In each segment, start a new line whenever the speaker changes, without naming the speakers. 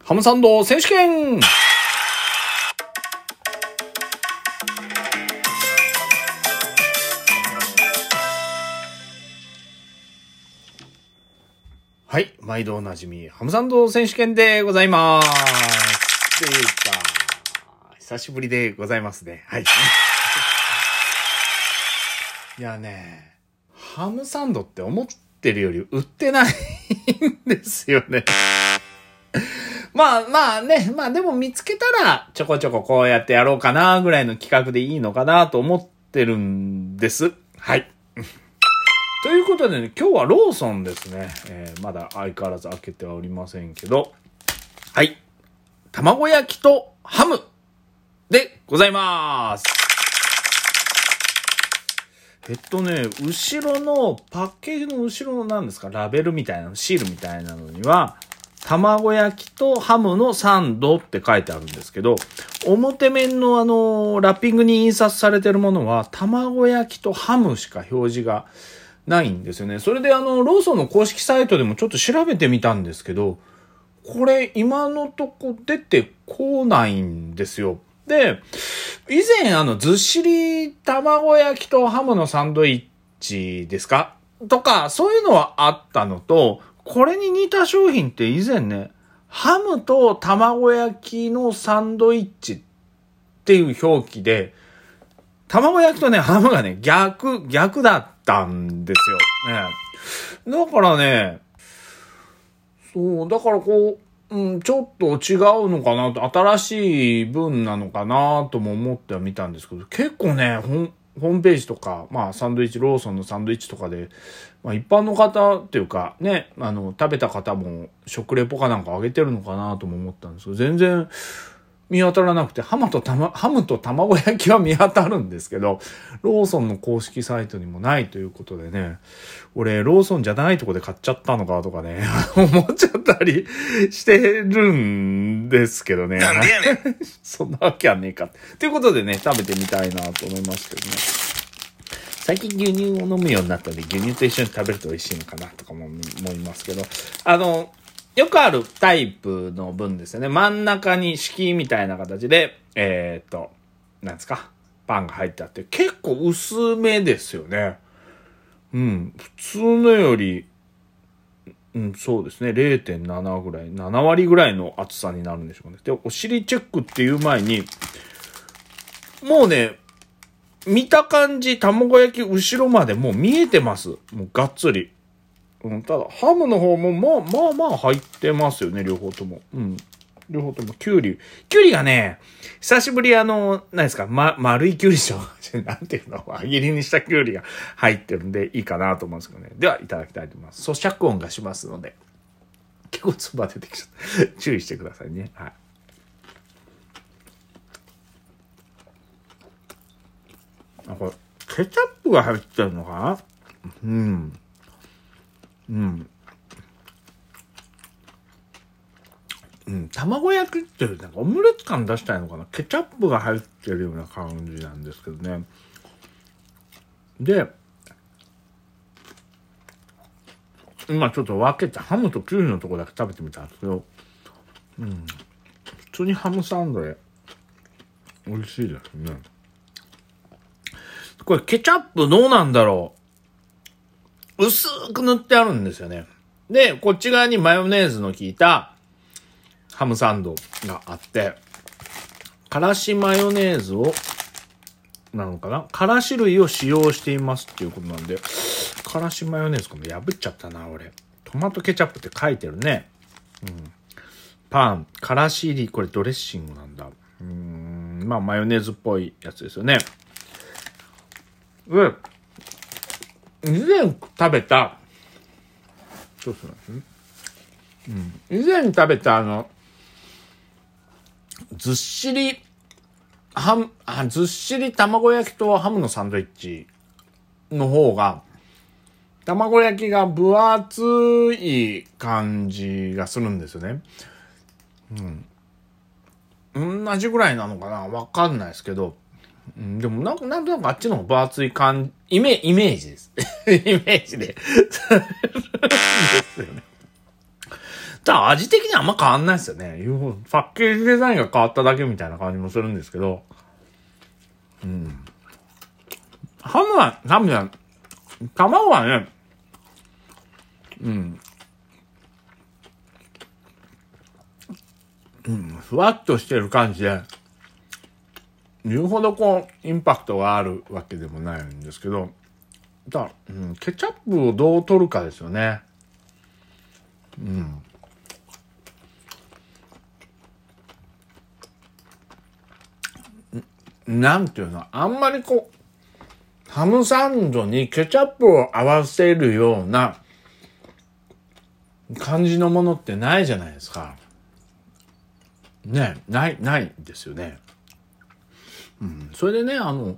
ハムサンド選手権。はい、毎度おなじみハムサンド選手権でございます。というか久しぶりでございますね。はい。いやね、ハムサンドって思ってるより売ってないんですよね。まあね、まあでも見つけたらちょこちょここうやってやろうかなぐらいの企画でいいのかなと思ってるんです。はい。ということでね、今日はローソンですね。まだ相変わらず開けてはおりませんけど、はい。卵焼きとハムでございます。後ろのパッケージの後ろの何ですか、ラベルみたいな、シールみたいなのには、卵焼きとハムのサンドって書いてあるんですけど、表面のラッピングに印刷されてるものは、卵焼きとハムしか表示がないんですよね。それでローソンの公式サイトでもちょっと調べてみたんですけど、これ今のとこ出てこないんですよ。で、以前ずっしり卵焼きとハムのサンドイッチですかとか、そういうのはあったのと、これに似た商品って以前ね、ハムと卵焼きのサンドイッチっていう表記で、卵焼きとね、ハムがね、逆だったんですよ。ね。だからね、そう、だからこう、ちょっと違うのかなと、新しい文なのかなとも思ってはみたんですけど、結構ね、ホームページとか、まあサンドイッチ、ローソンのサンドイッチとかで、まあ一般の方っていうかね、食べた方も食レポかなんか上げてるのかなとも思ったんですけど、全然見当たらなくて、ハムと卵焼きは見当たるんですけど、ローソンの公式サイトにもないということでね、俺ローソンじゃないとこで買っちゃったのかとかね、思っちゃったりしてるんですけどね。
なんでやねん。
そんなわけはねえか。ということでね、食べてみたいなと思いますけどね。最近牛乳を飲むようになったので、牛乳と一緒に食べると美味しいのかなとかも思いますけど、よくあるタイプの分ですよね。真ん中に敷居みたいな形で、なんですか、パンが入ってあって、結構薄めですよね。普通のより、そうですね、0.7 ぐらい、7割ぐらいの厚さになるんでしょうね。で、お尻チェックっていう前に、もうね、見た感じ、卵焼き後ろまでもう見えてます。もうがっつり。ただ、ハムの方もまあ入ってますよね、両方とも。両方とも、キュウリがね、久しぶり何ですか、丸いキュウリでしょなんていうの、輪切りにしたキュウリが入ってるんでいいかなと思うんですけどね。では、いただきたいと思います。咀嚼音がしますので、結構唾出てきちゃった。注意してくださいね。はい。これ、ケチャップが入ってるのかな？卵焼きってなんかオムレツ感出したいのかな。ケチャップが入ってるような感じなんですけどね。で、今ちょっと分けてハムとキュウリのところだけ食べてみたんですけど、普通にハムサンドで美味しいですね。これケチャップどうなんだろう。薄く塗ってあるんですよね。で、こっち側にマヨネーズの効いたハムサンドがあって、からしマヨネーズを、なのかな？からし類を使用していますっていうことなんで、からしマヨネーズかも破っちゃったな、俺。トマトケチャップって書いてるね。パン、からし入り、これドレッシングなんだ。まあマヨネーズっぽいやつですよね。以前食べた、そうですね。以前食べたずっしり卵焼きとハムのサンドイッチの方が、卵焼きが分厚い感じがするんですよね。同じぐらいなのかな、わかんないですけど、でもなんとなくあっちの方が分厚い感じ、イメージです。イメージで。ですよね。 ただ味的にはあんま変わんないですよね。パッケージデザインが変わっただけみたいな感じもするんですけど。うん。ハムじゃん。卵はね、うん。うん。ふわっとしてる感じで、言うほどこう、インパクトがあるわけでもないんですけど、ケチャップをどう取るかですよね。うん。なんていうの、あんまりこう、ハムサンドにケチャップを合わせるような感じのものってないじゃないですか。ね、ないですよね。うん。それでね、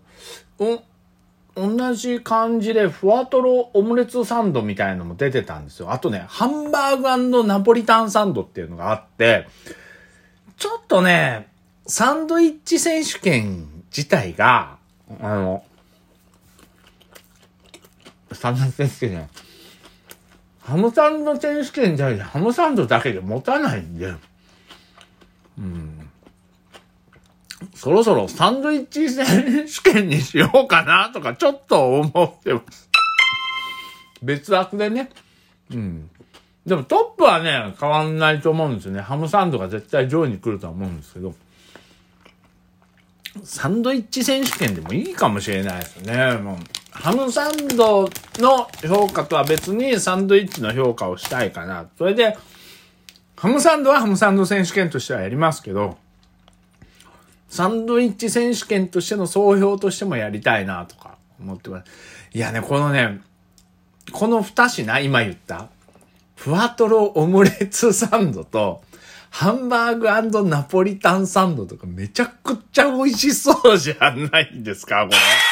同じ感じでふわとろオムレツサンドみたいのも出てたんですよ。あとね、ハンバーグ&ナポリタンサンドっていうのがあって、ちょっとね、サンドイッチ選手権自体が、サンド選手権じゃない。ハムサンド選手権じゃない、ハムサンドだけで持たないんで、そろそろサンドイッチ選手権にしようかなとかちょっと思ってます。別枠でね。うん。でもトップはね、変わんないと思うんですよね。ハムサンドが絶対上位に来るとは思うんですけど。サンドイッチ選手権でもいいかもしれないですよね。もうハムサンドの評価とは別にサンドイッチの評価をしたいかな。それで、ハムサンドはハムサンド選手権としてはやりますけど、サンドイッチ選手権としての総評としてもやりたいなとか思ってます。いやね、この二品、今言った、ふわとろオムレツサンドと、ハンバーグ&ナポリタンサンドとかめちゃくちゃ美味しそうじゃないですか、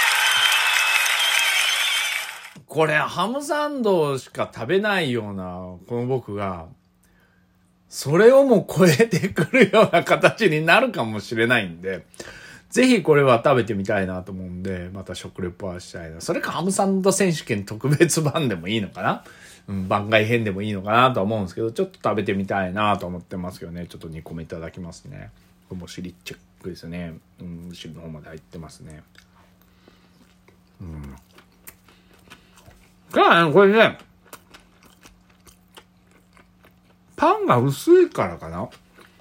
これハムサンドしか食べないような、この僕が、それをも超えてくるような形になるかもしれないんで、ぜひこれは食べてみたいなと思うんで、また食レポはしたいな。それかハムサンド選手権特別版でもいいのかな、番外編でもいいのかなとは思うんですけど、ちょっと食べてみたいなと思ってますけどね。ちょっと2個目いただきますね。これもシリチェックですね。後ろの方まで入ってますね。これね、パンが薄いからかな。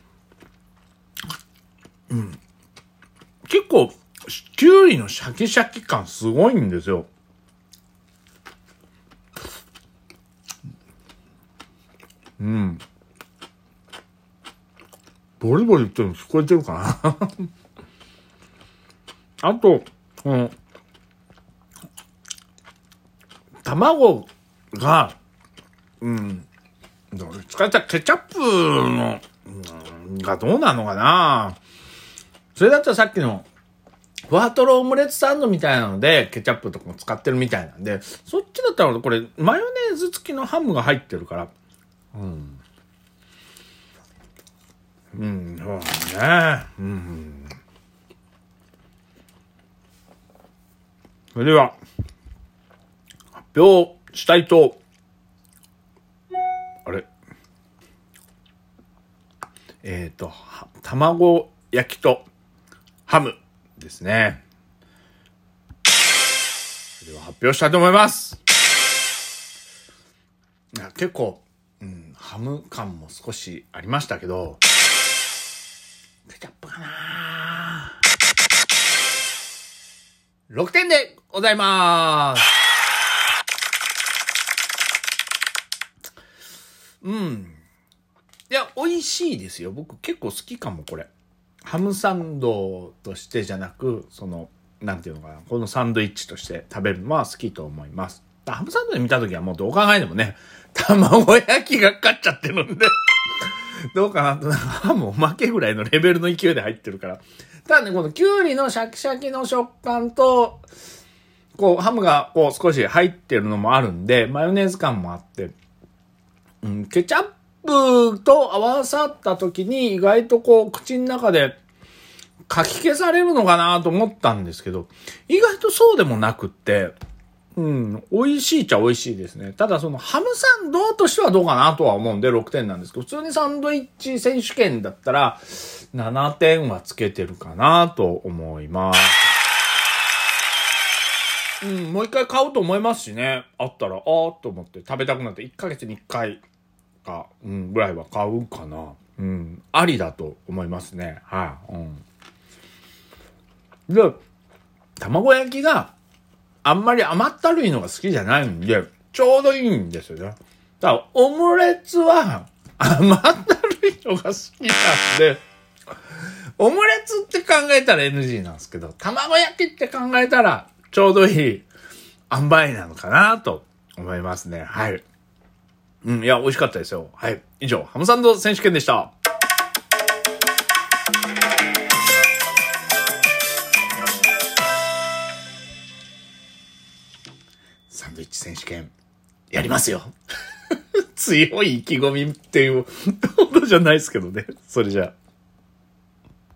結構、きゅうりのシャキシャキ感すごいんですよ。ボリボリ言ってるの聞こえてるかなあと、卵が、使ったケチャップの、がどうなのかな。それだったらさっきのふわとろオムレツサンドみたいなのでケチャップとかも使ってるみたいなんで、そっちだったらこれマヨネーズ付きのハムが入ってるから、そうね。それでは発表したいと、卵焼きとハムですね。それでは発表したいと思います。いや結構、ハム感も少しありましたけど、ケチャップかな。6点でございます。いや、美味しいですよ。僕結構好きかも、これ。ハムサンドとしてじゃなく、なんていうのかな、このサンドイッチとして食べるのは好きと思います。ハムサンドで見たときはもうどう考えてもね、卵焼きがかかっちゃってるんで、どうかなと、ハムおまけぐらいのレベルの勢いで入ってるから。ただね、このキュウリのシャキシャキの食感と、ハムが少し入ってるのもあるんで、マヨネーズ感もあって、ケチャップと合わさった時に意外と口の中でかき消されるのかなと思ったんですけど、意外とそうでもなくって、 美味しいっちゃ美味しいですね。ただそのハムサンドとしてはどうかなとは思うんで6点なんですけど、普通にサンドイッチ選手権だったら7点はつけてるかなと思います。もう一回買うと思いますしね。あったら、と思って食べたくなって1ヶ月に1回か、ぐらいは買うかな。ありだと思いますね。はい。で、卵焼きがあんまり甘ったるいのが好きじゃないんで、ちょうどいいんですよね。だからオムレツは甘ったるいのが好きなんで、オムレツって考えたら NG なんですけど、卵焼きって考えたらちょうどいい塩梅なのかなと思いますね。はい。いや、美味しかったですよ。はい。以上、ハムサンド選手権でした。サンドイッチ選手権、やりますよ。強い意気込みっていうほどじゃないですけどね。それじゃあ。